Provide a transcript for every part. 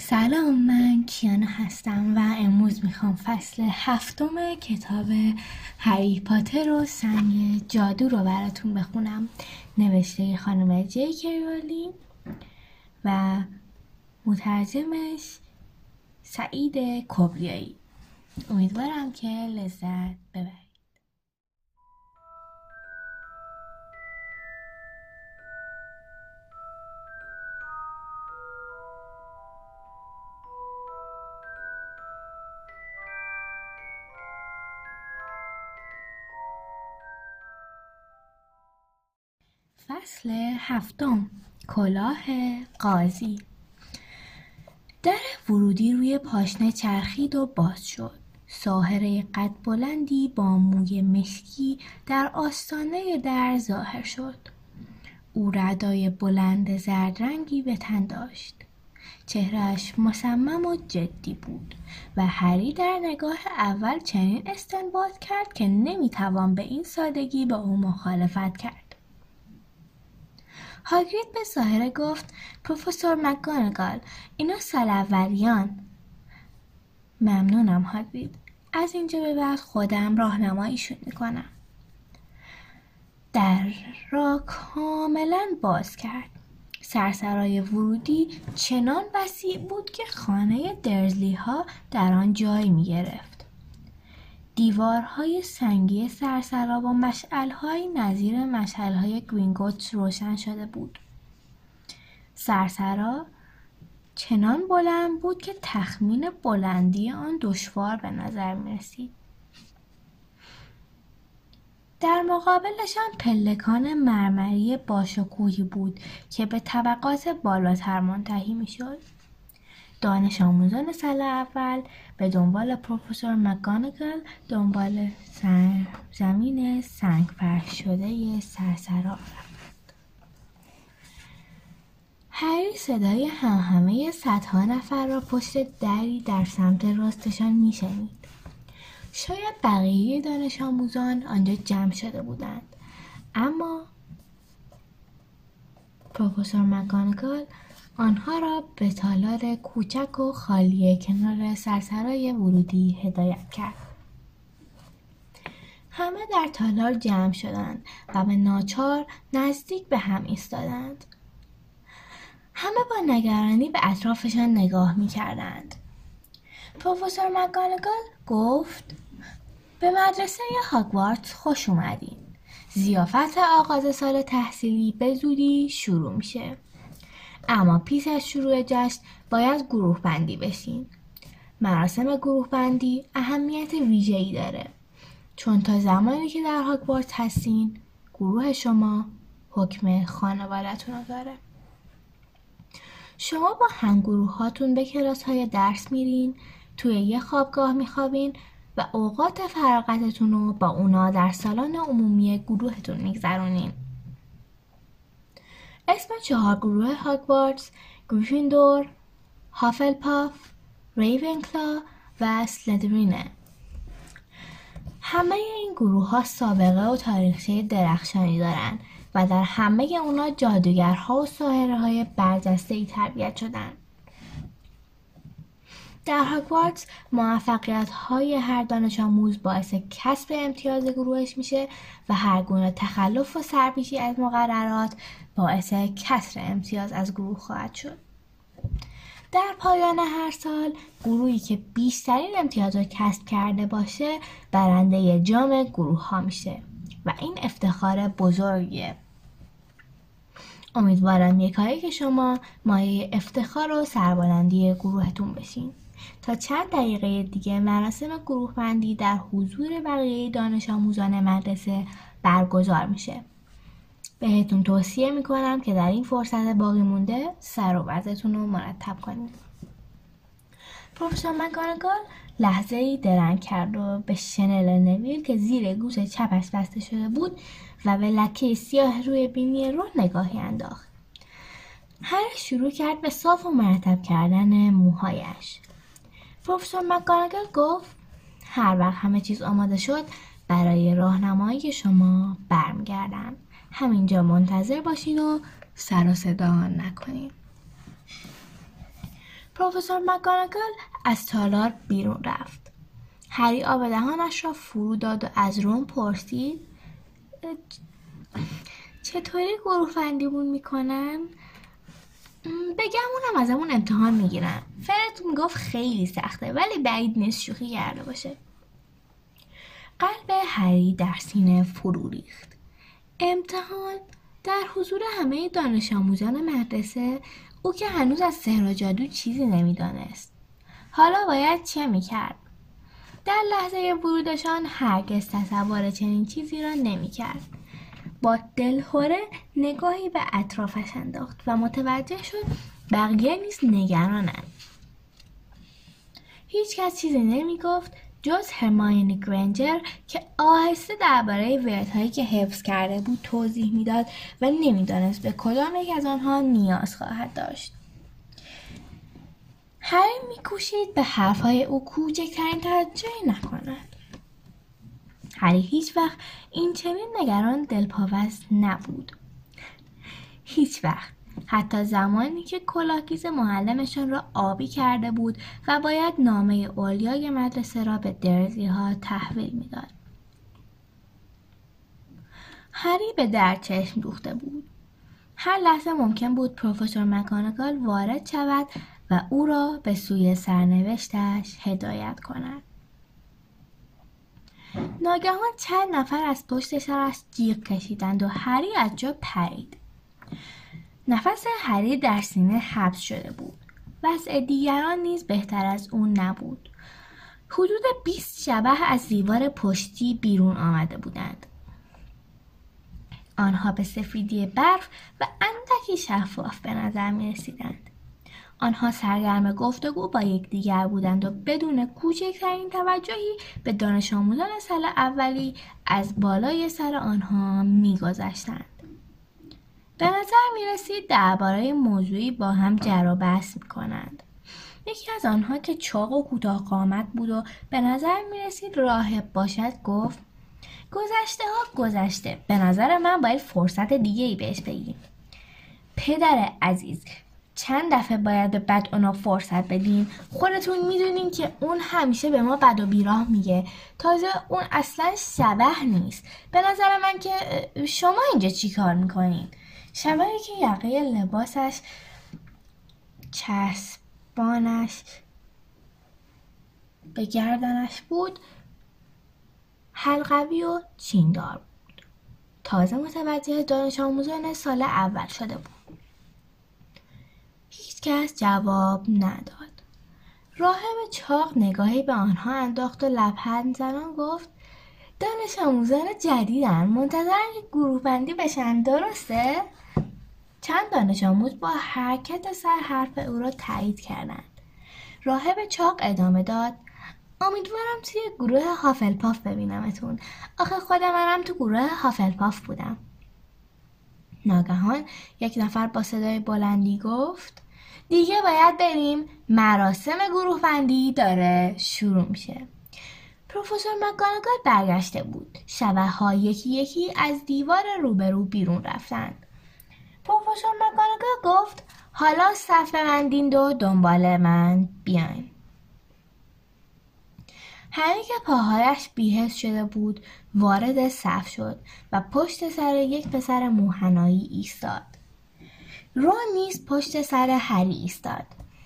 سلام، من کیانا هستم و امروز میخوام فصل 7 کتاب هری پاتر و سنگ جادو رو براتون بخونم. نوشته خانم جی.کی رولینگ و مترجمش سعید کبریایی. امیدوارم که لذت ببرید. فصل 7. کلاه قاضی. در ورودی روی پاشنه چرخید و باز شد. ساحره قد بلندی با موی مشکی در آستانه در ظاهر شد. او ردای بلند زرد رنگی به تن داشت. چهرهش مصمم و جدی بود و هری در نگاه اول چنین استنباط کرد که نمیتوان به این سادگی با او مخالفت کرد. هاگرید به ساحره گفت: پروفسور مکگوناگال، اینا سال اولیان. ممنونم هاگرید. از اینجا به بعد خودم راهنماییشون میکنم. در را کاملا باز کرد. سرسرای ورودی چنان وسیع بود که خانه درزلی ها در آن جای می گرفت. دیوارهای سنگی سرسرا با مشعل‌های نظیر مشعل‌های گرینگوتس روشن شده بود. سرسرا چنان بلند بود که تخمین بلندی آن دشوار به نظر می رسید. در مقابلشان پلکان مرمری باشکوهی بود که به طبقات بالاتر منتهی می شد. دانش آموزان سال اول به دنبال پروفسور مکگوناگال دنبال زمین سنگ فرش شده سرسرا رفت. هری صدای همهمه صدها نفر را پشت دری در سمت راستشان میشنید. شاید بقیه دانش آموزان آنجا جمع شده بودند، اما پروفسور مکگوناگال آنها را به تالار کوچک و خالی کنار سرسرای ورودی هدایت کرد. همه در تالار جمع شدند و به ناچار نزدیک به هم ایستادند. همه با نگرانی به اطرافشان نگاه می کردند. پروفسور مکگوناگال گفت: به مدرسه هاگوارتس خوش اومدین. ضیافت آغاز سال تحصیلی به زودی شروع میشه. اما پیش از شروع جشن باید گروه بندی بشین. مراسم گروه بندی اهمیت ویژه‌ای داره، چون تا زمانی که در هاگوارتس هستین گروه شما حکم خانواده‌تون رو داره. شما با همگروه هاتون به کلاس های درس میرین، توی یه خوابگاه میخوابین و اوقات فراغتتون رو با اونا در سالن عمومی گروهتون میگذرونین. اسم 4 گروه هاگوارتس گریفیندور، هافلپاف، ریونکلا و اسلیدرینه. همه این گروه ها سابقه و تاریخچه درخشانی دارن و در همه اونا جادوگرها و ساحره های برجسته‌ای تربیت شدن. در هاگوارتس موفقیت های هر دانش آموز باعث کسب امتیاز گروهش میشه و هر گونه تخلف و سرپیچی از مقررات باعث کسر امتیاز از گروه خواهد شد. در پایان هر سال گروهی که بیشترین امتیاز رو کسب کرده باشه برنده جام گروه ها میشه و این افتخار بزرگیه. امیدوارم یکایی که شما مایه افتخار و سربلندی گروهتون بشین. تا چند دقیقه دیگه مراسم گروه بندی در حضور بقیه دانش آموزان مدرسه برگزار میشه. بهتون توصیه میکنم که در این فرصت باقی مونده سر و وضعتون رو مرتب کنید. پروفسور مکگوناگال لحظه‌ای درنگ کرد و به شنل نویل که زیر گوش چپش بسته شده بود و به لکه سیاه روی بینی رون نگاهی انداخت. هری شروع کرد به صاف و مرتب کردن موهایش. پروفسور مکگوناگال گفت: هر وقت همه چیز آماده شد برای راهنمایی شما برمیگردم. همینجا منتظر باشین و سر و صدا نکنین. پروفسور مکگوناگال از تالار بیرون رفت. هری آب دهانش را فرو داد و از رون پرسید چطوری گروه بندیمون میکنن؟ بگم اونم ازمون امتحان میگیرن. فرد میگفت خیلی سخته ولی بعید نیست شوخی کرده باشه. قلب هری در سینه فرو ریخت. امتحان در حضور همه دانش آموزان مدرسه، او که هنوز از سحر و جادو چیزی نمیدانست. حالا باید چه میکرد؟ در لحظه ورودشان هرگز تصور چنین چیزی را نمیکرد. با دلهره نگاهی به اطرافش انداخت و متوجه شد بقیه نیز نگرانند. هیچ کس چیزی نمی گفت جز هرماینی گرنجر که آهسته درباره وردهایی که حفظ کرده بود توضیح میداد و نمیدانست به کدام یک از آنها نیاز خواهد داشت. هری میکوشید به حرفهای او کوچکترین توجهی نکند. هری هیچ وقت این چنین نگران دلپاوز نبود. هیچ وقت. حتی زمانی که کلاهگیز معلمشان را آبی کرده بود و باید نامه اولیای مدرسه را به درزی ها تحویل میداد. هری به در چشم دوخته بود. هر لحظه ممکن بود پروفسور مکگوناگال وارد شود و او را به سوی سرنوشتش هدایت کند. ناگهان چند نفر از پشت سرش جیغ کشیدند و هری از جا پرید. نفس هری در سینه حبس شده بود. وضع دیگران نیز بهتر از اون نبود. حدود 20 شبح از دیوار پشتی بیرون آمده بودند. آنها به سفیدی برف و اندکی شفاف به نظر می رسیدند. آنها سرگرم گفتگو با یکدیگر بودند و بدون کوچکترین توجهی به دانش آموزان سال اولی از بالای سر آنها می‌گذشتند. به نظر می‌رسید درباره موضوعی با هم جر و بحث می‌کنند. یکی از آنها که چاق و کوتاه قامت بود و به نظر می‌رسید راهب باشد گفت گذشته ها گذشته. به نظر من باید فرصت دیگه‌ای بهش بگیریم. پدر عزیز، چند دفعه باید به بد اونا فرصت بدیم؟ خودتون میدونین که اون همیشه به ما بد و بیراه میگه. تازه اون اصلا شبح نیست. به نظر من که شما اینجا چی کار میکنین؟ شبحی که یقه لباسش چسبانش به گردنش بود حلقوی و چیندار بود. تازه متوجه دانش آموزان سال اول شده بود. هیچ کس جواب نداد. راهب چاق نگاهی به آنها انداخت و لبخند زنان گفت دانش آموزان جدیدن، منتظرن که گروه بندی بشن، درسته؟ چند دانش آموز با حرکت سر حرف او را تایید کردند. راهب چاق ادامه داد امیدوارم توی گروه هافلپاف ببینمتون. آخه خود منم تو گروه هافلپاف بودم. ناگهان یک نفر با صدای بلندی گفت دیگه باید بریم، مراسم گروه بندی داره شروع میشه. پروفسور مکگوناگال برگشته بود. شبح‌ها یکی یکی از دیوار روبرو بیرون رفتند. پروفسور مکگوناگال گفت حالا صف ببندین و دنبال من بیاین. هری که پاهایش بی‌حس شده بود وارد صف شد و پشت سر یک پسر موهنایی ایستاد. رون نیز پشت سر هری ایستاد.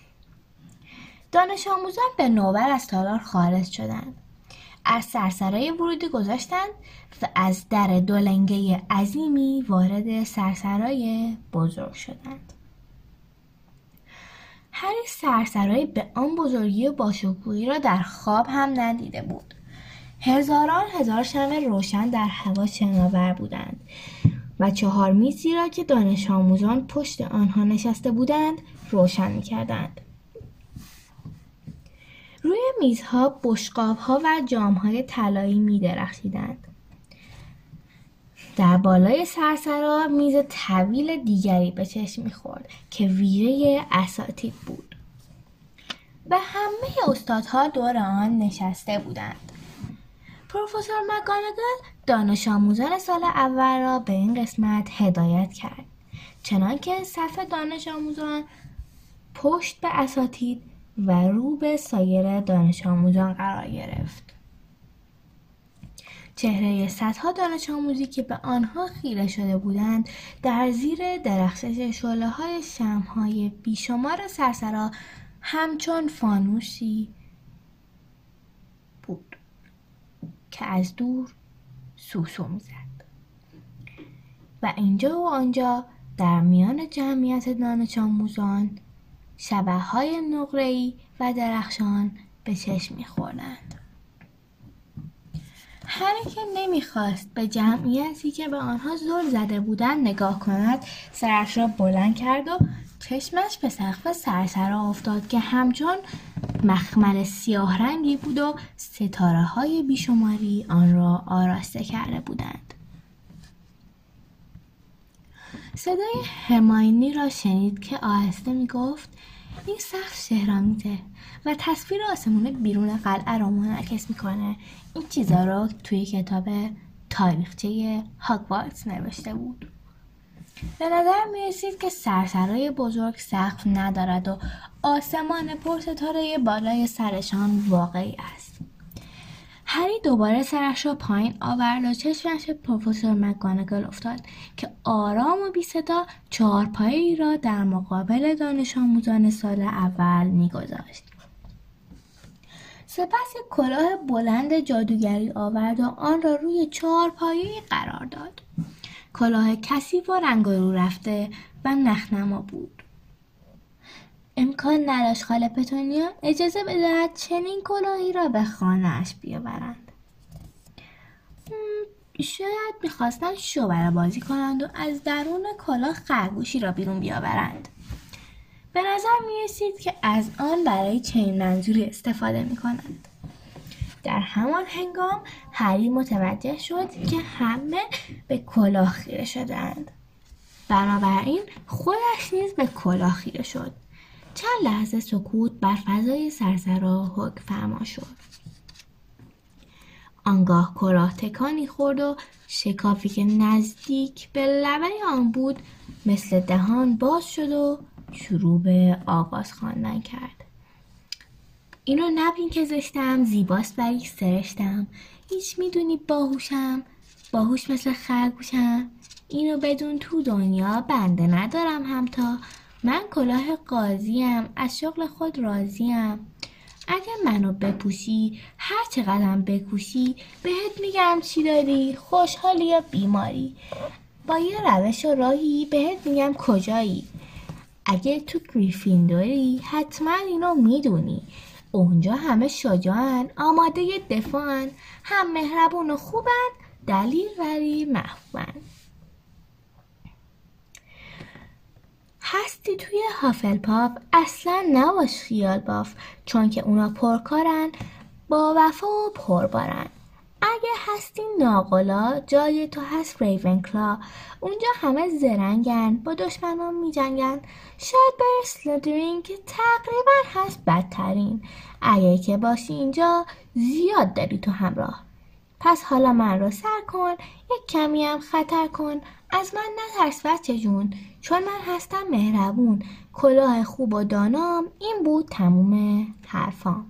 دانش آموزان به نوبر از تالار خارج شدند. از سرسرای ورودی گذشتند و از در دولنگه عظیمی وارد سرسرای بزرگ شدند. هری سرسرای به آن بزرگی و باشکوهی را در خواب هم ندیده بود. هزاران هزار شمع روشن در هوا شناور بودند و 4 میزی را که دانش آموزان پشت آنها نشسته بودند روشن می‌کردند. روی میزها بشقاب‌ها و جام‌های طلایی می‌درخشیدند. در بالای سرسرا میز طویل دیگری به چشم می‌خورد که ویژه اساتید بود و همه استادها دور آن نشسته بودند. پروفسور مکگوناگال دانش آموزان سال اول را به این قسمت هدایت کرد، چنانکه صف دانش آموزان پشت به اساتید و رو به سایر دانش آموزان قرار گرفت. چهره صدها دانش آموزی که به آنها خیره شده بودند در زیر درخشش شعله‌های شمع‌های بیشمار سرسرا همچون فانوسی بود که از دور سوسو می‌زد و اینجا و آنجا در میان جمعیت دانش آموزان شبح‌های نقره‌ای و درخشان به چشم می‌خوردند. هری که نمیخواست به جمعیتی که به آنها زل زده بودند نگاه کند، سرش را بلند کرد و چشمش به سقف سرسرا افتاد که همچون مخمل سیاه رنگی بود و ستاره های بیشماری آن را آراسته کرده بودند. صدای هرماینی را شنید که آهسته میگفت این سقف شهرآمیزه و تصویر آسمون بیرون قلعه را منعکس میکنه. این چیزا رو توی کتاب تاریخچه هاگوارتس نوشته بود. به نظر میرسید که سرسرای بزرگ سقف ندارد و آسمان پرستاره بالای سرشان واقعی است. هری دوباره سرش را پایین آورد و چشمش به پروفسور مکگوناگل افتاد که آرام و بی صدا چهارپایه‌ای را در مقابل دانش آموزان سال اول می‌گذاشت. سپس یک کلاه بلند جادوگری آورد و آن را روی چهارپایه‌ای قرار داد. کلاه کثیف و رنگ رو رفته و نخنما بود. امکان نداشت خاله پتونیا اجازه بدهد چنین کلاهی را به خانه‌اش بیاورند. شاید می‌خواستند شوبره بازی کنند و از درون کلاه خرگوشی را بیرون بیاورند. به نظر می‌رسید که از آن برای چنین منظوری استفاده می‌کنند. در همان هنگام هری متوجه شد که همه به کلاه خیره شدند. بنابراین خودش نیز به کلاه خیره شد. چند لحظه سکوت بر فضای سرسرا حکم فرما شد. آنگاه کلاه تکانی خورد و شکافی که نزدیک به لبه آن بود مثل دهان باز شد و شروع به آواز خواندن کرد. اینو نبین که زشتم، زیباست ولی سرشتم. هیچ میدونی باهوشم، باهوش مثل خرگوشم. اینو بدون تو دنیا بنده ندارم همتا. من کلاه قاضیم، از شغل خود راضیم. اگه منو بپوشی، هر چقدرم بکوشی، بهت میگم چی داری، خوشحالی یا بیماری. با یه روش و راهی بهت میگم کجایی. اگه تو گریفیندوری حتما اینو میدونی. اونجا همه شجاعن، آماده دفاعن، هم مهربون و خوبن، دلیل ولی محبوبن. هستی توی هافلپاف اصلا نباش خیال باف، چون که اونا پرکارن، با وفا و پربارن. اگه هستی ناقلا جای تو هست ریونکلا، اونجا همه زرنگن، با دشمنان می جنگن. شاید بر اسلیدرین که تقریبا هست بدترین. اگه که باشی اینجا زیاد داری تو همراه. پس حالا من رو سر کن، یک کمی هم خطر کن. از من نترس بچه جون، چون من هستم مهربون. کلاه خوب و دانام. این بود تموم حرفام.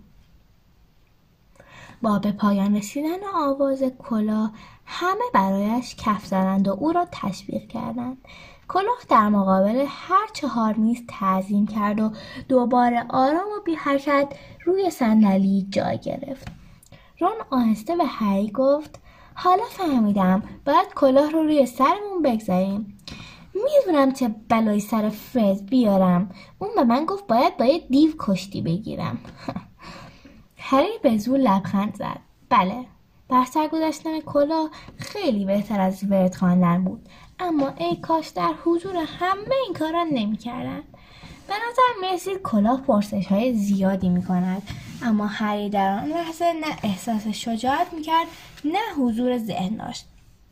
با به پایان رسیدن آواز کلاه همه برایش کف زدند و او را تشویق کردند. کلاه در مقابل هر 4 میز تعظیم کرد و دوباره آرام و بی حرکت روی صندلی جای گرفت. رون آهسته به هری گفت حالا فهمیدم باید کلاه رو روی سرمون بگذاریم. میدونم چه بلایی سر فرد بیارم. اون به من گفت باید با یه دیو کشتی بگیرم. هری به زور لبخند زد. بله، بر سر گذاشتن کلاه خیلی بهتر از ورد خواندن بود، اما ای کاش در حضور همه این کارا نمی کردن. به نظر میرسید کلاه پرسش های زیادی می کند، اما هری در آن لحظه نه احساس شجاعت می کرد نه حضور ذهن داشت.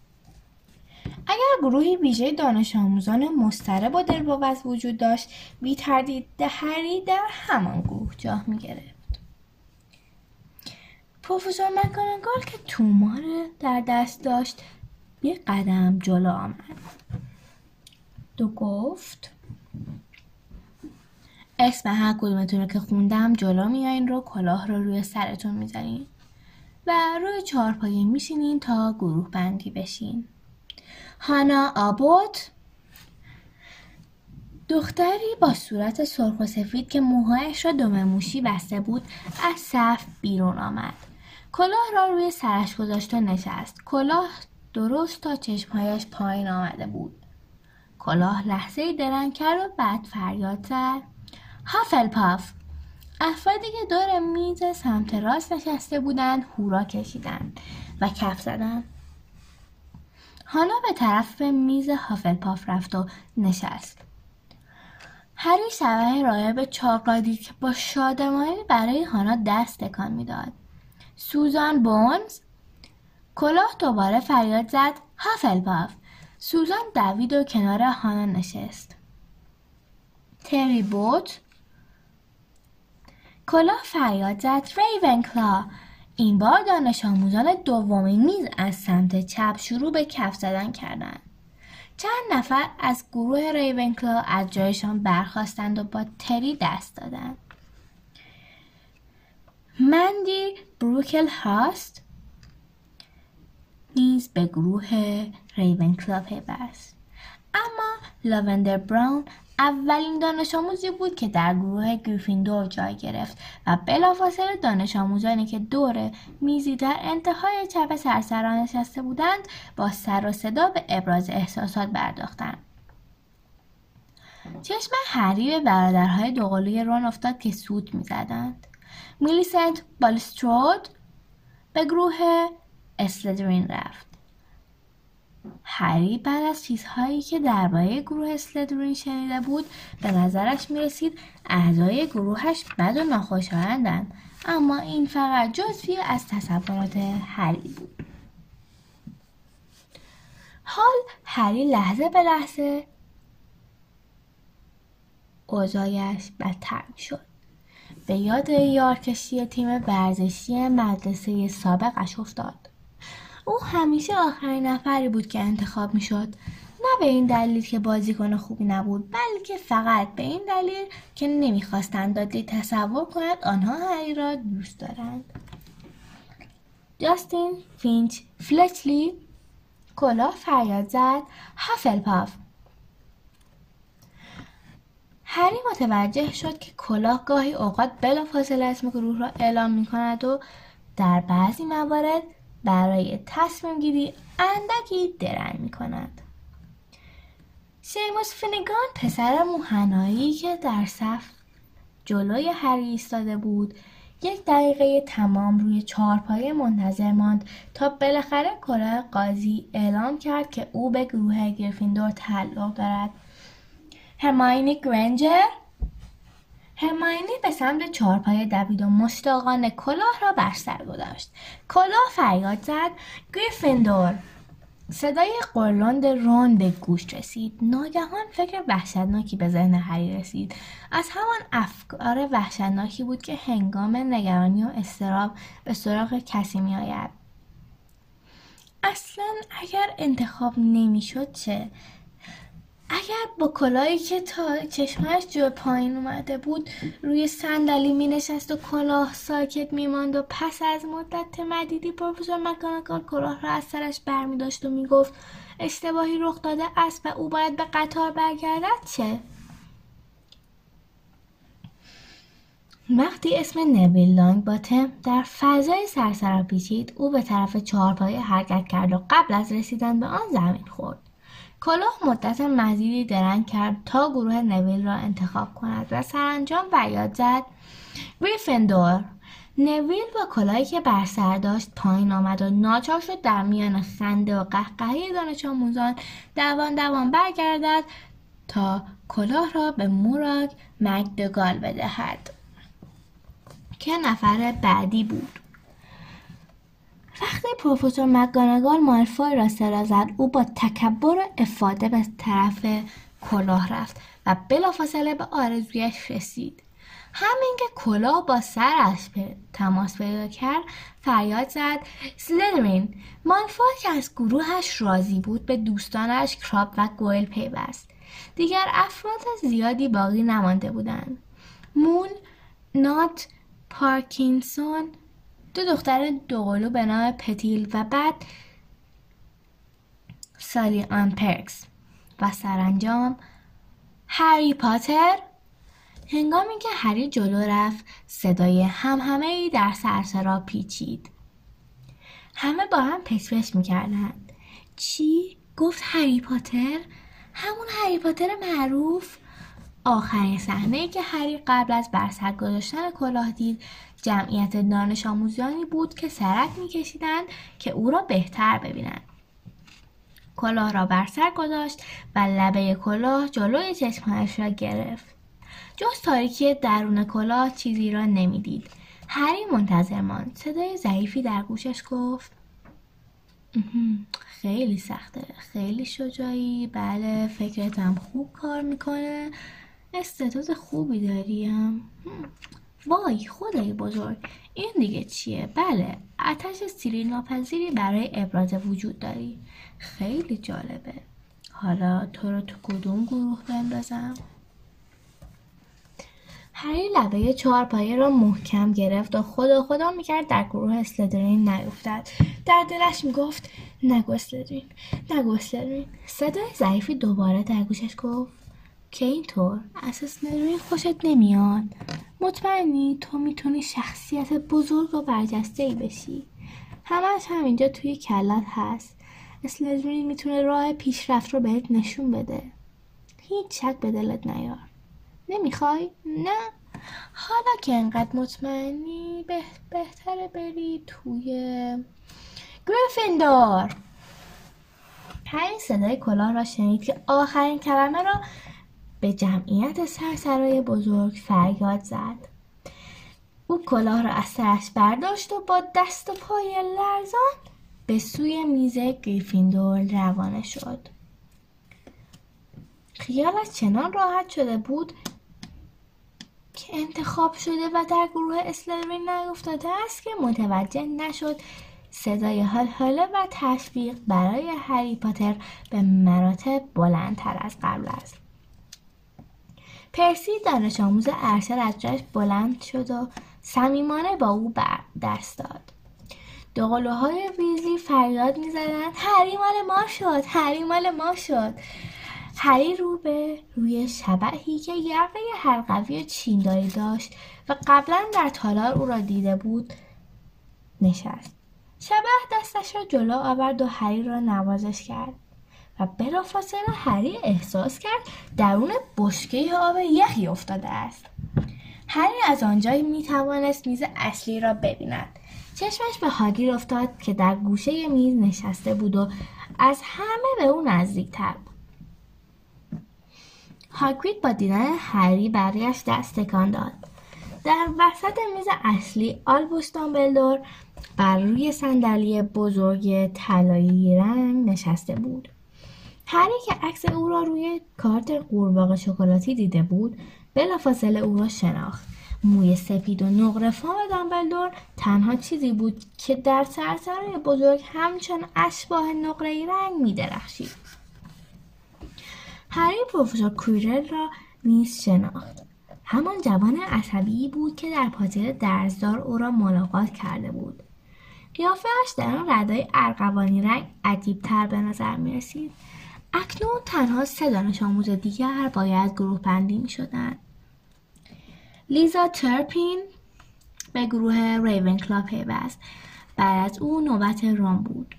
اگر گروهی ویژه دانش آموزان مضطرب و دلواپس وجود داشت، بی تردید هری در همان گروه جا می گرفت. پروفسور مکگوناگل که تومار در دست داشت یک قدم جلو آمد و گفت اسم هر کدومتون رو که خوندم جلو میایین رو کلاه رو روی سرتون میذارین و روی چهارپایه میشینین تا گروه بندی بشین. هانا آبوت دختری با صورت سرخ و سفید که موهایش را دم موشی بسته بود از صف بیرون آمد. کلاه را روی سرش گذاشت و نشست. کلاه درست تا چشمهایش پایین آمده بود. کلاه لحظه‌ای درنگ کرد و بعد فریاد زد: هافلپاف! افرادی که دور میز سمت راست نشسته بودند هورا کشیدند و کف زدند. هانا به طرف میز هافلپاف رفت و نشست. هری شبح راهب چاق دید که با شادمانی برای هانا دست تکان میداد. سوزان بونز! کلاه دوباره فریاد زد: هافلپاف! سوزان دوید و کنار هانا نشست. تری بوت! کلاه فریاد زد: ریونکلا! این بار دانش آموزان دومین میز از سمت چپ شروع به کف زدن کردند. چند نفر از گروه ریونکلا از جایشان برخاستند و با تری دست دادند. مندی بروکل هاست نیز به گروه ریونکلا پیوست. اما لاوندر براون اولین دانش آموزی بود که در گروه گریفیندور جای گرفت و بلافاصله دانش آموزانی که دور میزی در انتهای چپ سرسران نشسته بودند با سر و صدا به ابراز احساسات پرداختند. چشم هری به برادرهای دوقلوی رون افتاد که سوت می‌زدند. میلیسنت بالسترود به گروه اسلیدرین رفت. هری بعد از چیزهایی که درباره گروه اسلیدرین شنیده بود به نظرش میرسید اعضای گروهش بد و ناخوشایندند، اما این فقط جزئی از تصورات هری بود. حال هری لحظه به لحظه اوضاعش بدتر شد. به یاد یارکشی تیم ورزشی مدرسه سابقش افتاد. او همیشه آخرین نفری بود که انتخاب میشد، نه به این دلیل که بازیکن خوبی نبود، بلکه فقط به این دلیل که نمیخواستند دادلی تصور کند آنها هری را دوست دارند. جاستین فینچ فلچلی کلاه فریاد زد: هافلپاف! هری متوجه شد که کلاه گاهی اوقات بلافاصله اسم گروه را اعلام میکند و در بعضی موارد برای تصمیم گیری اندکی درنگ می کند. سیموس فینیگان پسر موهنایی که در صف جلوی هری ایستاده بود 1 دقیقه تمام روی چهارپایه منتظر ماند تا بالاخره کلاه قاضی اعلام کرد که او به گروه گریفیندور تعلق دارد. هرماینی گرنجر! هرماینی به سمت چهارپایه دوید و مشتاقانه کلاه را بر سر گذاشت. کلاه فریاد زد: گریفیندور! صدای قرلاند رون به گوش رسید. ناگهان فکر وحشتناکی به ذهن هری رسید. از همان افکار وحشتناکی بود که هنگام نگرانی و اضطراب به سراغ کسی می آید. اصلا اگر انتخاب نمی شد چه؟ اگر با کلاهی که تا چشمش جو پایین اومده بود روی صندلی می نشست و کلاه ساکت می ماند و پس از مدت مدیدی پروفسور مکگوناگال کلاه را از سرش بر می داشت و می گفت اشتباهی رخ داده است و او باید به قطار برگردد چه؟ وقتی اسم نویل لانگباتم در فضای سرسرا پیچید او به طرف چهارپایه حرکت کرد و قبل از رسیدن به آن زمین خورد. کلاه مدت مزیدی درنگ کرد تا گروه نویل را انتخاب کند و سرانجام فریاد زد: گریفیندور! نویل با کلاهی که بر سر داشت پایین آمد و ناچار شد در میان خنده و قهقهه دانش آموزان دوان برگردد تا کلاه را به موراگ مکگوناگال بدهد که نفر بعدی بود. وقتی پروفسور مکگوناگال مالفوی را صدا زد او با تکبر و افاده به طرف کلاه رفت و بلافاصله به آرزویش رسید. همین که کلاه با سرش تماس پیدا کرد فریاد زد: سلیدرین! مالفوی که از گروهش راضی بود به دوستانش کراب و گویل پیوست. دیگر افراد زیادی باقی نمانده بودند. مون نات پارکینسون، 2 دختر دوقلو به نام پتیل و بعد سالی آن پرکس و سرانجام هری پاتر. هنگامی که هری جلو رفت صدای همهمه‌ای در سرسرا پیچید. همه با هم پس پس می‌کردند. چی؟ گفت هری پاتر؟ همون هری پاتر معروف؟ آخرین صحنه‌ای که هری قبل از بر سر گذاشتن کلاه دید جمعیت دانش آموزانی بود که سرک می‌کشیدند که او را بهتر ببینند. کلاه را بر سر گذاشت و لبه کلاه جلوی چشمانش را گرفت. جز تاریکی درون کلاه چیزی را نمیدید. هری منتظر ماند. صدای ضعیفی در گوشش گفت خیلی سخته، خیلی شجاعی، بله فکرتم خوب کار میکنه، استعداد خوبی داریم. وای خدای بزرگ، این دیگه چیه؟ بله آتش سیری ناپذیری برای ابراز وجود داری. خیلی جالبه. حالا تو رو تو کدوم گروه بندازم؟ هری لبه چهارپایه را محکم گرفت و خدا میکرد در گروه اسلیدرین نیفتد. در دلش میگفت نگو اسلیدرین، نگو اسلیدرین. صدای ضعیفی دوباره در گوشش گفت که اینطور از اسلیدرین خوشت نمیاد؟ مطمئنی تو میتونی شخصیت بزرگ و برجسته‌ای بشی؟ همش همینجا توی کلت هست. اسلیدرین میتونه راه پیشرفت رو بهت نشون بده. هیچ شک به دلت نیار. نمیخوای؟ نه. حالا که انقدر مطمئنی بهتره بری توی گریفیندور. هری صدای کلاه را شنید که آخرین کلمه را به جمعیت سرسرای بزرگ فریاد زد. او کلاه را از سرش برداشت و با دست و پای لرزان به سوی میز گریفیندور روانه شد. خیالش چنان راحت شده بود که انتخاب شده و در گروه اسلیدرین نیفتاده است که متوجه نشد صدای هلهله و تشویق برای هری پاتر به مراتب بلندتر از قبل است. پرسی دانش آموز ارشد از جایش بلند شد و صمیمانه با او دست داد. دوقلوهای ویزلی فریاد می‌زدند هری مال ما شد، هری مال ما شد. هری روی شبحی که یقه حلقوی چینداری داشت و قبلا در تالار او را دیده بود نشست. شبح دستش را جلو آورد و هری را نوازش کرد و بلافاصله هری احساس کرد درون بشکه آب یخی افتاده است. هری از آنجایی میتوانست میز اصلی را ببیند. چشمش به هاگرید افتاد که در گوشه میز نشسته بود و از همه به او نزدیکتر بود. هاگرید با دیدن هری برایش دست تکان داد. در وسط میز اصلی آلبوس دامبلدور بر روی صندلی بزرگ طلایی رنگ نشسته بود. هری که عکس او را روی کارت قورباغه شکلاتی دیده بود بلافاصله او را شناخت. موی سپید و نقره‌فام دامبلدور تنها چیزی بود که در سرسرای بزرگ همچون اشباح نقره‌ای رنگ می‌درخشید. هری پروفسور کویرل را نیز شناخت. همان جوان عصبی بود که در پاتر درزدار او را ملاقات کرده بود. قیافه‌اش در آن ردای ارغوانی رنگ عجیب‌تر به نظر می‌رسید. اکنون تنها 3 دانش آموز دیگر باید گروه بندی می‌شدند. لیزا ترپین به گروه ریونکلا پیوست. بعد از او نوبت رون بود.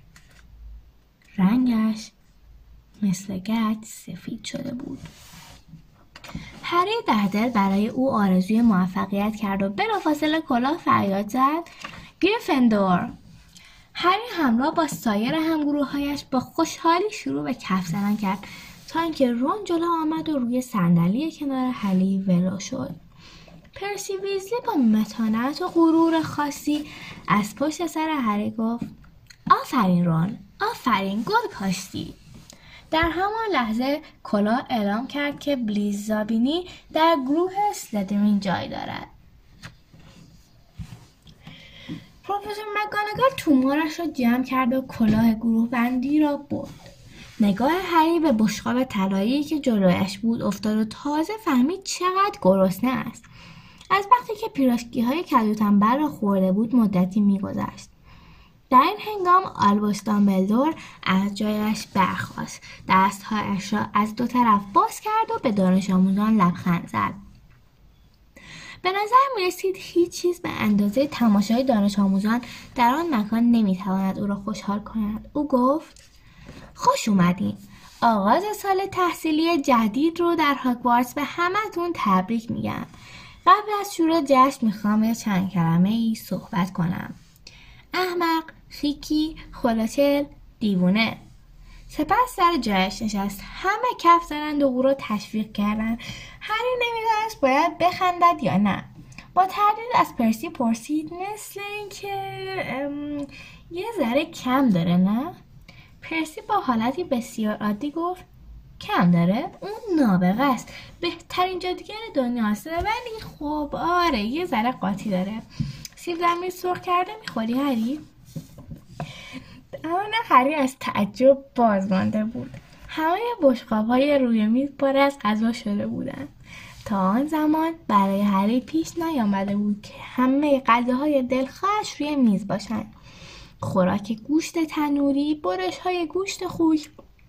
رنگش مثل گچ سفید شده بود. هری در دل برای او آرزوی موفقیت کرد و بلافاصله کلاه فریاد زد گریفیندور. هری همراه با سایر همگروه‌هایش با خوشحالی شروع به کف زدن کرد تا اینکه رون جلو آمد و روی صندلی کنار هری ولو شد. پرسی ویزلی با متانت و غرور خاصی از پشت سر هری گفت آفرین رون، آفرین، گل کاشتی. در همان لحظه کلاه اعلام کرد که بلیز زابینی در گروه اسلیدرین جای دارد. پروفسور مکگوناگال تومارش را جمع کرد و کلاه گروه بندی را برد. نگاه هری به بشقاب طلایی که جلویش بود افتاد و تازه فهمید چقدر گرسنه است. که پیراشکی‌های کدو تنبل را خورده بود مدتی می‌گذشت. در این هنگام آلبوس دامبلدور از جایش برخاست، دستهایش را از دو طرف باز کرد و به دانش آموزان لبخند زد. به نظر می رسید هیچ چیز به اندازه تماشای دانش آموزان در آن مکان نمی تواند او را خوشحال کند. او گفت: خوش اومدین. آغاز سال تحصیلی جدید رو در هاگوارتس به همتون تبریک میگم. قبل از شروع جشن میخوام یه چند کلمه ای صحبت کنم. احمق، خیکی، خلاچل، دیوونه. سپس سر جایش نشست. همه کف زدند و او را تشویق کردند. هری نمیدانست باید بخندد یا نه. با تردید از پرسی پرسید: مثل این که یه ذره کم داره نه؟ پرسی با حالتی بسیار عادی گفت: کم داره؟ اون نابغه است. بهترین جادوگر دنیاست، ولی خب آره یه ذره قاطی داره. سیب زمینی سرخ کرده میخوری هری؟ اما هری از تعجب باز مانده بود. همه بشقاب‌های روی میز پر از غذا شده بودند. تا آن زمان برای هری پیش نیامده بود که همه غذاهای دلخواهش روی میز باشند. خوراک گوشت تنوری، برش‌های گوشت خوک،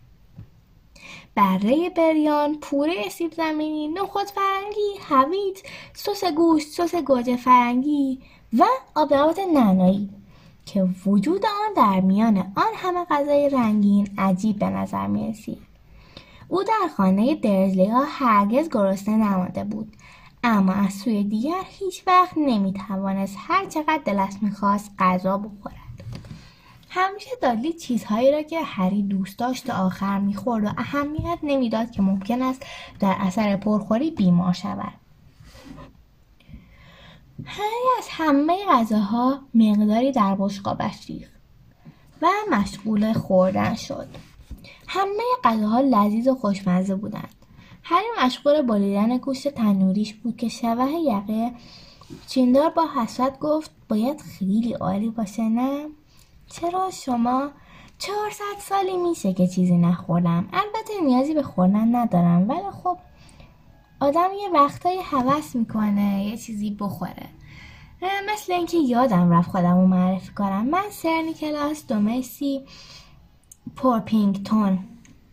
بره بریان، پوره سیب زمینی، نخود فرنگی، هویج، سس گوشت، سس گوجه فرنگی و آبنبات نعنایی که وجود آن در میان آن همه غذای رنگین عجیب به نظر می رسید. او در خانه درزلی ها هرگز گرسنه نمانده بود، اما از سوی دیگر هیچ وقت نمی توانست هر چقدر دلش می خواست غذا بخورد. همیشه دادلی چیزهایی را که هری دوست داشت تا آخر می‌خورد و اهمیت نمی‌داد که ممکن است در اثر پرخوری بیمار شود. هری از همه غذاها مقداری در بشقابش ریخت و مشغول خوردن شد. همه غذاها لذیذ و خوشمزه بودند. هری مشغول بریدن گوشت تنوریش بود که شبح یقه چیندار با حسرت گفت: باید خیلی عالی باشه نه؟ چرا شما 400 سالی میشه که چیزی نخوردم. البته نیازی به خوردن ندارم، ولی خب آدم یه وقتایی هوس میکنه یه چیزی بخوره. مثل اینکه یادم رفت خودم رو معرفی کنم. من سر نیکلاس دومسی پورپینگتون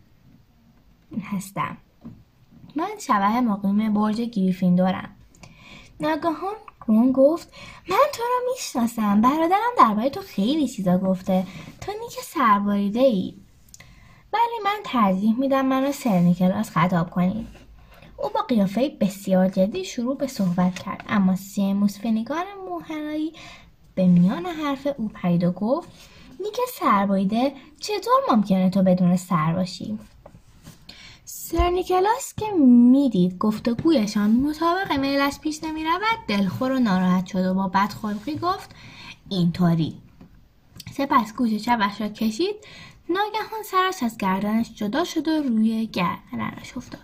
هستم. من شبح مقیم برج گریفیندورم. ناگهان رون گفت: من تو رو میشناسم. برادرم درباره تو خیلی چیزا گفته. تو نیک سرباریده ای. ولی من ترجیح میدم منو سر نیکلاس خطاب کنید. او با قیافه بسیار جدی شروع به صحبت کرد، اما سیموس فینیگان موهنایی به میان حرف او پرید و گفت: نیک سرباریده، چطور ممکنه تو بدون سر باشی؟ سر نیکلاس که میدید گفتگویشان مطابق میلش پیش نمی رود دلخور و ناراحت شد و با بدخلقی گفت: اینطوری. سپس گوش چپش را کشید. ناگهان سرش از گردنش جدا شد و روی گردنش افتاد.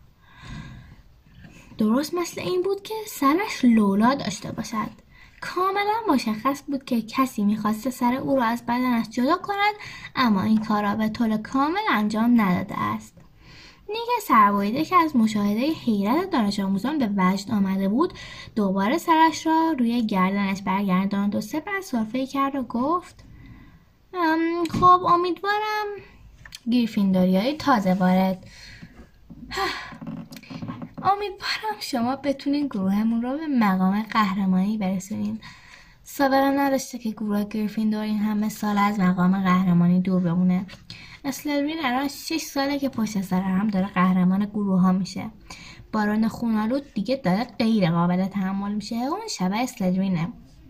درست مثل این بود که سرش لولا داشته باشد. کاملا مشخص بود که کسی میخواسته سر او را از بدنش جدا کند، اما این کار را به طور کامل انجام نداده است. نیک سرباریده که از مشاهده حیرت دانش آموزان به وجد آمده بود دوباره سرش را روی گردنش برگرداند و سپس سرفه‌ای کرد و گفت: خب امیدوارم گریفیندوریای تازه وارد امیدوارم شما بتونین گروهمون رو به مقام قهرمانی برسونین. سابقه نداشته که گروه گریفیندور این همه سال از مقام قهرمانی دور بمونه. اسلیترین الان 6 ساله که پشت سر هم داره قهرمان گروه ها میشه. بارون خونالود دیگه داره غیر قابل تحمل میشه. اون شبه اسلیترینه.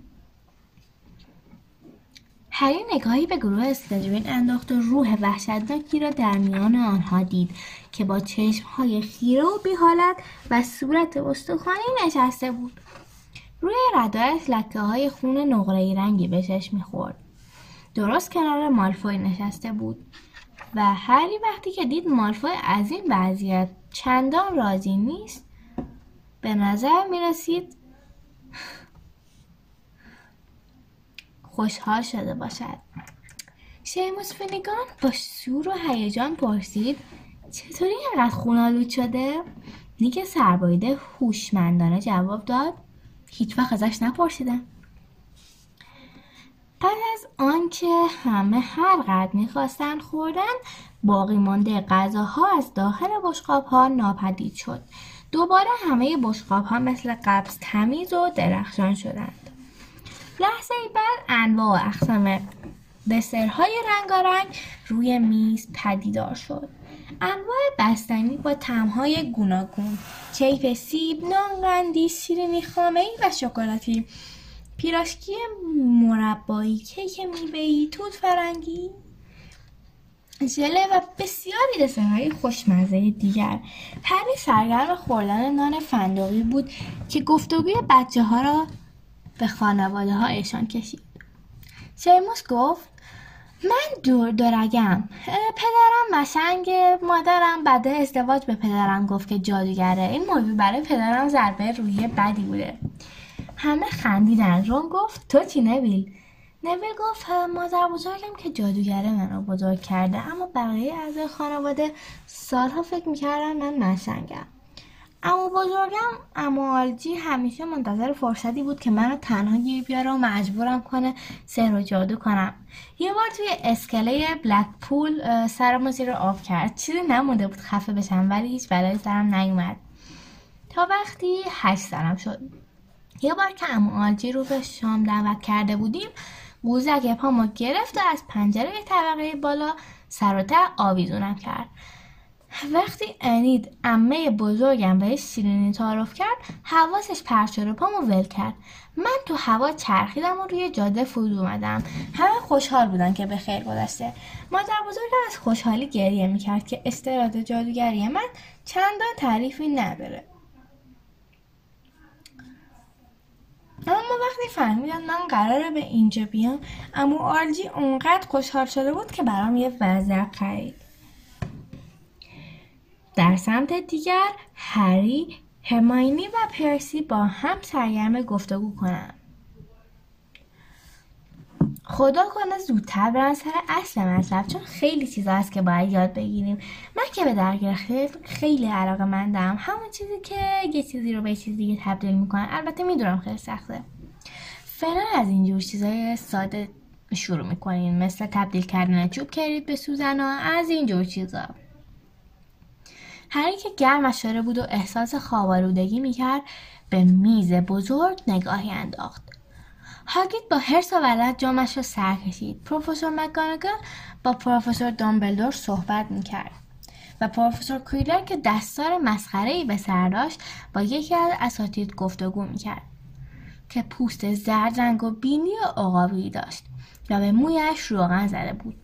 هری نگاهی به گروه اسلیترین انداخت و روح وحشتناکی را در میان آنها دید که با چشمهای خیره و بی‌حالت و صورت استخوانی نشسته بود. روی ردایش لکه‌های خون نقره‌ای رنگی به چشم می‌خورد. درست کنار مالفوی نشسته بود و هری وقتی که دید مالفوی از این وضعیت چندان راضی نیست به نظر می‌رسید خوشحال شده باشد. سیموس فینیگان با شور و هیجان پرسید: چطوری اینقدر خونالود شده؟ نیک سرباریده هوشمندانه جواب داد: هیچ وقت ازش نپرسیدم. پس از آنکه همه هر قدر میخواستن خوردن، باقی مانده غذاها از داخل بشقاب‌ها ناپدید شد. دوباره همه بشقاب‌ها مثل قبل تمیز و درخشان شدند. لحظه بعد انواع و اقسام دسرهای رنگارنگ روی میز پدیدار شد. انواع بستنی با طعم‌های گوناگون، کیک سیب، نان قندی، شیرینی خامه‌ای و شکلاتی، پیراشکی مربایی، کیک میوه‌ای، توت فرنگی، ژله و بسیاری دسرهای خوشمزه دیگر. پری سرگرم خوردن نان فندقی بود که گفتگوی بچه‌ها را به خانواده‌هایشان کشید. شیموس گفت: من دورگم. پدرم مشنگه. مادرم بعد ازدواج به پدرم گفت که جادوگره. این موضوع برای پدرم ضربه روحی بدی بوده. همه خندیدن. رون گفت: تو چی نویل؟ نویل گفت: مادر بزرگم که جادوگره من رو بزرگ کرده، اما بقیه اعضای خانواده سالها فکر میکردن من مشنگم. عمو بزرگم، عمو آلجی، همیشه منتظر فرصتی بود که منو تنها گیر بیاره و مجبورم کنه سحر و جادو کنم. یه بار توی اسکله بلکپول سرمو زیر آب کرد. چیزی نمونده بود خفه بشم، ولی هیچ بلایی سرم نیومد تا وقتی 8 سالم شد. یه بار که عمو آلجی رو به شام دعوت کرده بودیم، قوزک پامو گرفت و از پنجره طبقه بالا سر و ته آویزونم کرد. وقتی انید عمه بزرگم بهش شیرینی تعارف کرد، حواسش پرت شد و پامو ول کرد. من تو هوا چرخیدم و روی جاده فرود اومدم. همه خوشحال بودن که به خیر گذشته. مادر بزرگم از خوشحالی گریه میکرد که استعداد جادوگری من چندان تعریفی نداره. اما وقتی فهمیدن من قراره به اینجا بیام، عمو آلجی اونقدر خوشحال شده بود که برام یه وزق خرید. در سمت دیگر هری، هرماینی و پرسی با هم سرگرم گفتگو کنند. خدا کنه زودتر برن سر اصل مطلب، چون خیلی چیزا هست که باید یاد بگیریم. من که به درگیر خیلی علاقه‌مندم، همون چیزی که یه چیزی رو به یه چیز دیگه تبدیل میکنن. البته میدونم خیلی سخته. فعلا از اینجور چیزای ساده شروع میکنین، مثل تبدیل کردن چوب کلید به سوزنا، از اینجور چیزا. هری که گرمش شده بود و احساس خواب‌آلودگی میکرد، به میز بزرگ نگاهی انداخت. هاگرید با حرص و ولع جامش را سر کشید. پروفسور مک‌گوناگل با پروفسور دامبلدور صحبت میکرد و پروفسور کویرل که دستار مسخره‌ای به سر داشت با یکی از اساتید گفتگو میکرد که پوست زرد رنگ و بینی عقابی داشت و به مویش روغن زده بود.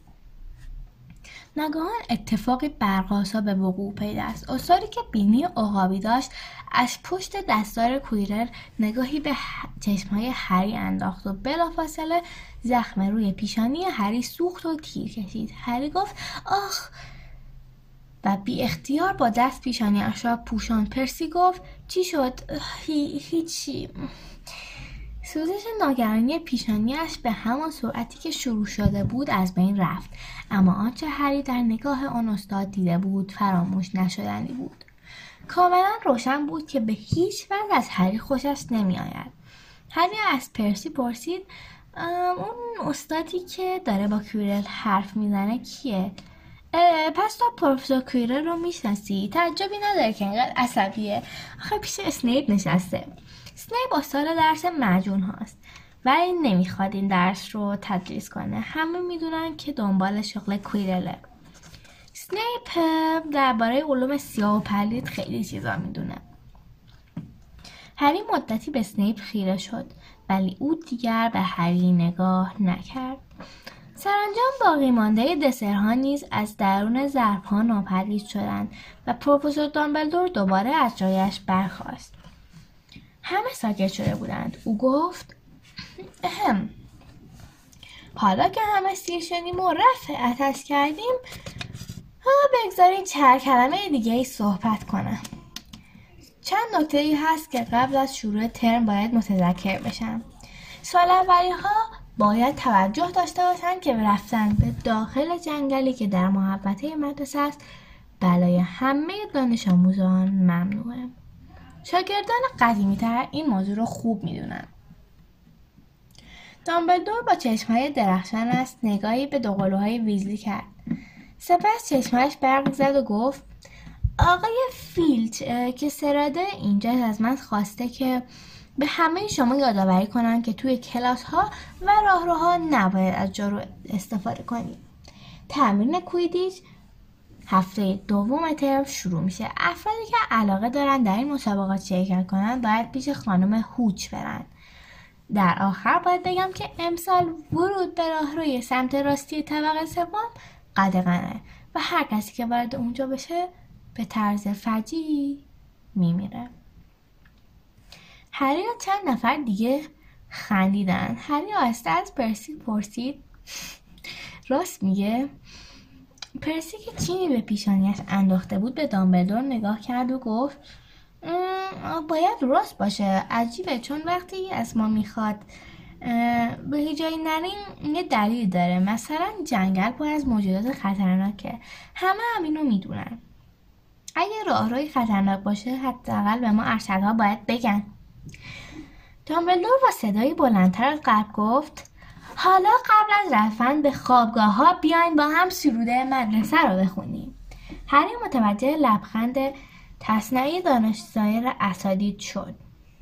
ناگهان اتفاقی برق‌آسا به وقوع پیوست. استادی که بینی عقابی داشت از پشت دستار کویرل نگاهی به چشمهای هری انداخت و بلافاصله زخم روی پیشانی هری سوخت و تیر کشید. هری گفت آخ و بی اختیار با دست پیشانی‌اش را پوشاند. پرسی گفت چی شد؟ هیچی. سوزش ناگهانی پیشانیش به همان سرعتی که شروع شده بود از بین رفت، اما آنچه هری در نگاه آن استاد دیده بود فراموش نشدنی بود. کاملا روشن بود که به هیچ وجه از هری خوشش نمی آید. هری از پرسی پرسید اون استادی که داره با کویرل حرف میزنه کیه؟ پس تو پروفسور کویرل رو میشناسی؟ تعجبی نداره که اینقدر عصبیه. آخه پیش اسنیپ نشسته. اسنیپ استاد درس مجون هاست ولی نمیخواد این درس رو تدریس کنه. همه میدونن که دنبال شغل کویرله. اسنیپ درباره علوم سیاه و پلید خیلی چیزا میدونه. هری مدتی به اسنیپ خیره شد ولی او دیگر به هری نگاه نکرد. سرانجام باقی مانده دسرها نیز از درون ظرفها ناپدید شدند و پروفسور دامبلدور دوباره از جایش برخاست. همه ساکت شده بودند. او گفت حالا که همه سیر شدیم و رفع عطش کردیم، بگذارید چند کلمه دیگه ای صحبت کنم. چند نکته ای هست که قبل از شروع ترم باید متذکر بشم. سال اولی ها باید توجه داشته باشند که رفتن به داخل جنگلی که در محوطه مدرسه است برای همه دانش آموزان ممنوعه. شاگردان قدیمی‌تر این موضوع رو خوب میدونن. دامبلدور با چشمهای درخشانش نگاهی به دوقلوهای ویزلی کرد. سپس چشمش برق زد و گفت: آقای فیلچ که سراده اینجا از من خواسته که به همه شما یادآوری کنن که توی کلاس ها و راهروها نباید از جارو استفاده کنید. تمرین کویدیچ هفته دوم ترم شروع میشه. افرادی که علاقه دارن در این مسابقات شرکت کنن باید پیش خانم هوچ برن. در آخر باید بگم که امسال ورود به راهروی سمت راستی طبقه سوم قدغنه و هر کسی که وارد اونجا بشه به طرز فجیعی میمیره. هری و چند نفر دیگه خندیدن. هری آهسته از پرسی پرسید: راست میگه؟ پرسی که چینی به پیشانیش انداخته بود به دامبلدور نگاه کرد و گفت: باید راست باشه. عجیبه، چون وقتی از ما میخواد به هیچ جایی نریم یه دلیل داره. مثلا جنگل پر از موجودات خطرناکه. همه همینو میدونن. اگه راهروی خطرناک باشه حداقل به ما ارشدها باید بگن. دامبلدور با صدایی بلندتر از قبل گفت: حالا قبل از رفتن به خوابگاه ها بیاین با هم سروده مدرسه رو بخونیم. هری متوجه لبخند تصنعی دانشزایر اساتید شد.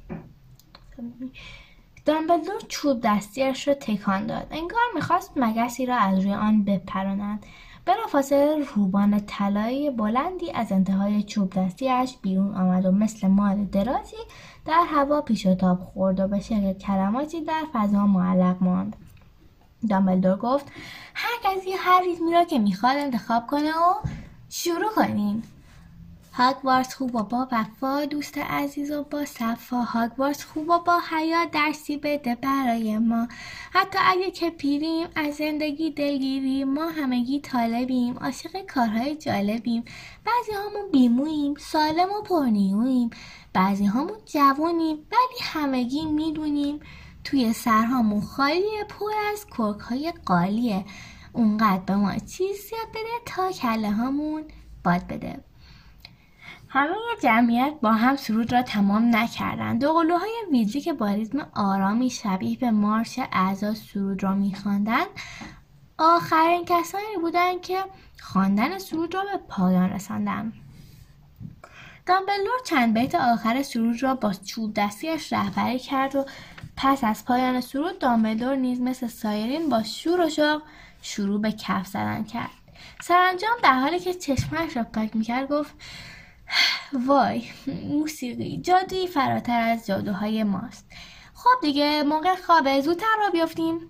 دامبلدور چوب دستیش رو تکان داد. انگار میخواست مگسی را از روی آن بپراند. بلافاصله روبان طلایی بلندی از انتهای چوب دستیش بیرون آمد و مثل مار درازی در هوا پیش و تاب خورد و به شکل کلماتی در فضا معلق ماند. دامبلدور گفت: هر کسی هر ریتمی را که میخواد انتخاب کنه و شروع کنین. هاگوارتس خوب و با وفا، دوست عزیز و با صفا. هاگوارتس خوب و با حیا، درسی بده برای ما. حتی اگه که پیریم از زندگی دلگیریم، ما همگی طالبیم، عاشق کارهای جالبیم. بعضی همون بیموییم، سالم و پرنیوییم. بعضی همون جوونیم، ولی همگی میدونیم توی سرهامون خالیه، پر از کرک‌های قالیه. اونقدر به ما چیز یاد بده تا کله هامون باد بده. همه جمعیت با هم سرود را تمام نکردند. دوقلوهای ویزلی که با ریتم آرامی شبیه به مارش اعضا سرود را می‌خواندند آخرین کسانی بودند که خواندن سرود را به پایان رساندند. دامبلدور چند بیت آخر سرود را با چوب دستیش رهبری کرد و پس از پایان سرود دامبلدور نیز مثل سایرین با شور و شوق شروع به کف زدن کرد. سرانجام در حالی که چشمش را پاک می‌کرد گفت: وای، موسیقی جادویی فراتر از جادوهای ماست. خب دیگه موقع خوابه، زودتر را بیافتیم.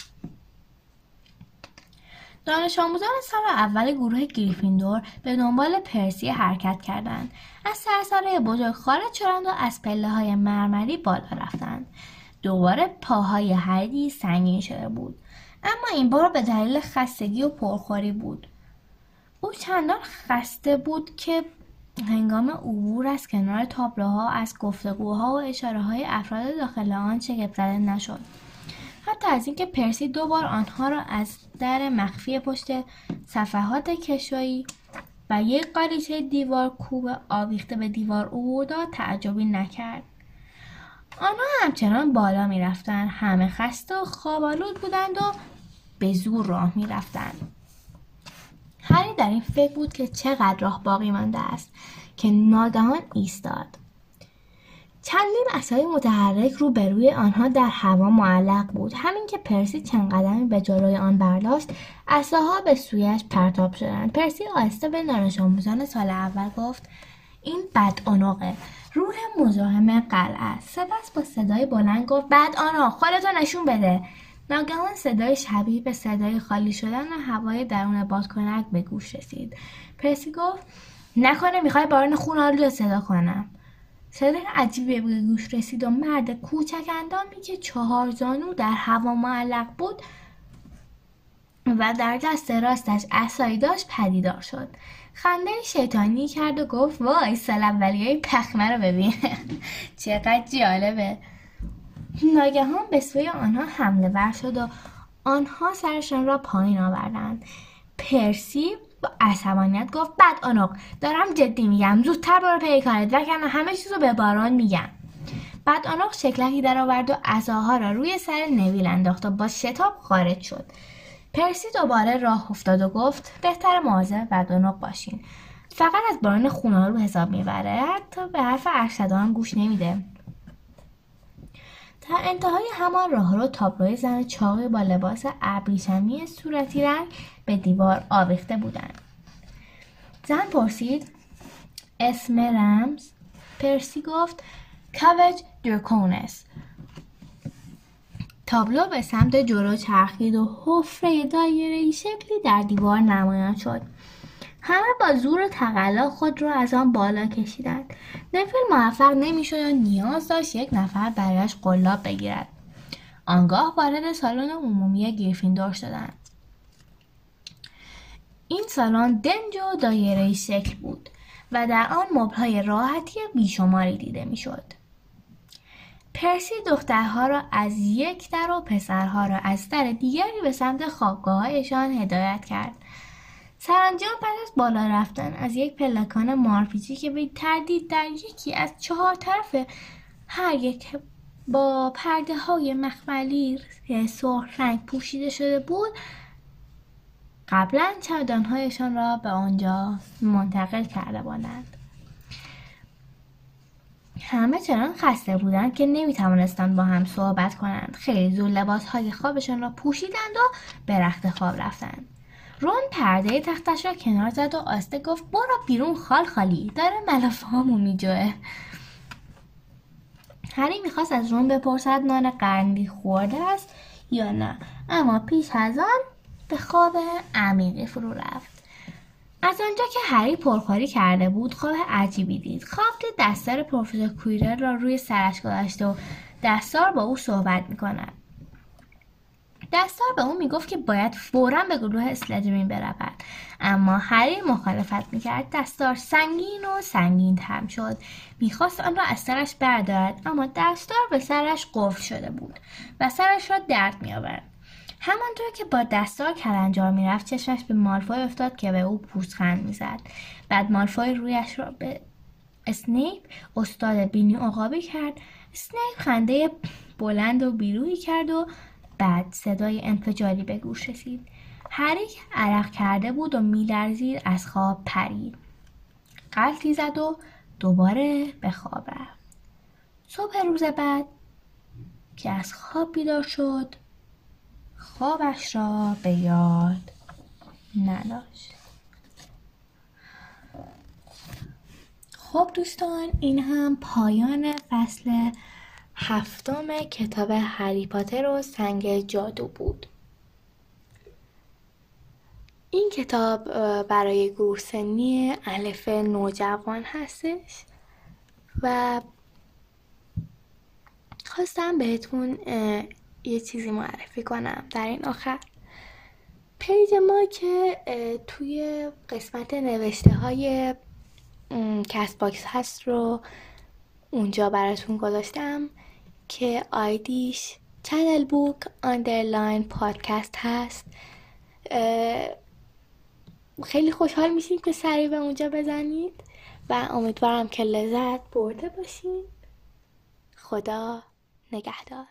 دانش آموزان سال اول گروه گریفیندور به دنبال پرسی حرکت کردند. از سرسرای بزرگ خارج شدند و از پله‌های مرمری بالا رفتند. دوباره پاهای هری سنگین شده بود، اما این بار به دلیل خستگی و پرخوری بود. او چندان خسته بود که هنگام عبور از کنار تابلوها از گفتگوها و اشاره‌های افراد داخل آن شگفت زده نشد. حتی از اینکه پرسی 2 بار آنها را از در مخفی پشت صفحات کشویی و یک قالیچه دیوار کوب آویخته به دیوار عبور داد تعجبی نکرد. آنها همچنان بالا می رفتند. همه خسته و خواب‌آلود بودند و به زور راه می رفتند. هری در این فکر بود که چقدر راه باقی مانده است که ناگهان ایستاد. چندین عصای متحرک رو به روی آنها در هوا معلق بود. همین که پرسی چند قدمی به جلوی آن برداشت، عصاها به سویش پرتاب شدند. پرسی آهسته به دانش آموزان سال اول گفت: این بدعنقه، روح مزاحم قلعه است. سپس با صدای بلند گفت: بدعنق، خودتو نشون بده. ناگهان صدای شبیه به صدای خالی شدن هوای درون بادکنک به گوش رسید. پرسی گفت: نکنه میخوای باران خون آلود صدا کنم. صدای عجیبی به گوش رسید و مرد کوچک اندامی که 4 زانو در هوا معلق بود و در دست راستش عصایی داشت پدیدار شد. خنده شیطانی کرد و گفت: وای، سال اولیای پخمه رو ببین. چقدر جالبه. ناگهان به سوی آنها حمله ور شد و آنها سرشان را پایین آوردند. پرسی با عصبانیت گفت بدعنق، دارم جدی میگم، زودتر برو پی کارت وگرنه همه چیزو به باران میگم. بدعنق شکلکی در آورد و عصاها را روی سر نویل انداخت و با شتاب خارج شد. پرسی دوباره راه افتاد و گفت بهتر مواظب بدعنق باشین، فقط از باران خون‌آلود حساب میبره، حتی به حرف ارشدان گوش نمیده. در انتهای همان راهرو تابلوی زن چاقی با لباس ابریشمی صورتی رنگ به دیوار آویخته بودند. زن پرسید اسم رمز؟ پرسی گفت کاوج درکونس. تابلو به سمت جلو چرخید و حفره دایره‌ای شکلی در دیوار نمایان شد. همه با زور تقلا خود را از آن بالا کشیدند. نفل موفق نمی‌شد و نیاز داشت یک نفر برایش قلاب بگیرد. آنگاه وارد سالن عمومی گریفیندور شدند. این سالن دنج و دایره‌ای شکل بود و در آن مبل‌های راحتی بیشماری دیده می‌شد. پرسی دخترها را از یک در و پسرها را از در دیگری به سمت خوابگاه‌هایشان هدایت کرد. سرانجام پس از بالا رفتن از یک پلکان مارپیچی که به تردید در یکی از 4 طرف هر یک با پرده‌های مخملی سرخ رنگ پوشیده شده بود، قبلا چمدان‌هایشان را به آنجا منتقل کرده بودند. همه چنان خسته بودند که نمی‌توانستند با هم صحبت کنند. خیلی زود لباس‌های خوابشان را پوشیدند و به رخت خواب رفتند. رون پرده تختش را کنار زد و آسته گفت برو بیرون خال خالی، داره ملافه هامو میجوه. هری میخواست از رون بپرسد نان قرنی خورده است یا نه، اما پیش از آن به خواب عمیقی فرو رفت. از آنجا که هری پرخوری کرده بود خواب عجیبی دید. خواب دید دستار پروفسور کویرل را روی سرش گذاشته و دستار با او صحبت میکند. دستار به او میگفت که باید فوراً به گروه اسلیترین برود، اما هری مخالفت میکرد. دستار سنگین و سنگین تر شد. میخواست آن را از سرش بردارد، اما دستار به سرش قفل شده بود و سرش را درد میآورد. همانطور که با دستار کلنجار میرفت چشمش به مالفوی افتاد که به او پوزخند میزد. بعد مالفوی رویش را به اسنیپ استاد بینی عقابی کرد. اسنیپ خنده بلند و بیروحی کرد و بعد صدای انفجاری به گوش رسید. هری عرق کرده بود و میلرزید از خواب پرید. غلطی زد و دوباره به خواب رفت. صبح روز بعد که از خواب بیدار شد خوابش را به یاد نداشت. خب دوستان، این هم پایان فصل 7 کتاب هری پاتر و سنگ جادو بود. این کتاب برای گروه سنی الف نوجوان هستش و خواستم بهتون یه چیزی معرفی کنم در این آخر. پیج ما که توی قسمت نوشته های کست باکس هست رو اونجا براتون گذاشتم که آیدیش چنل بوک آندرلاین پادکست هست. خیلی خوشحال میشیم که سریع به اونجا بزنید و امیدوارم که لذت برده باشین. خدا نگهدار.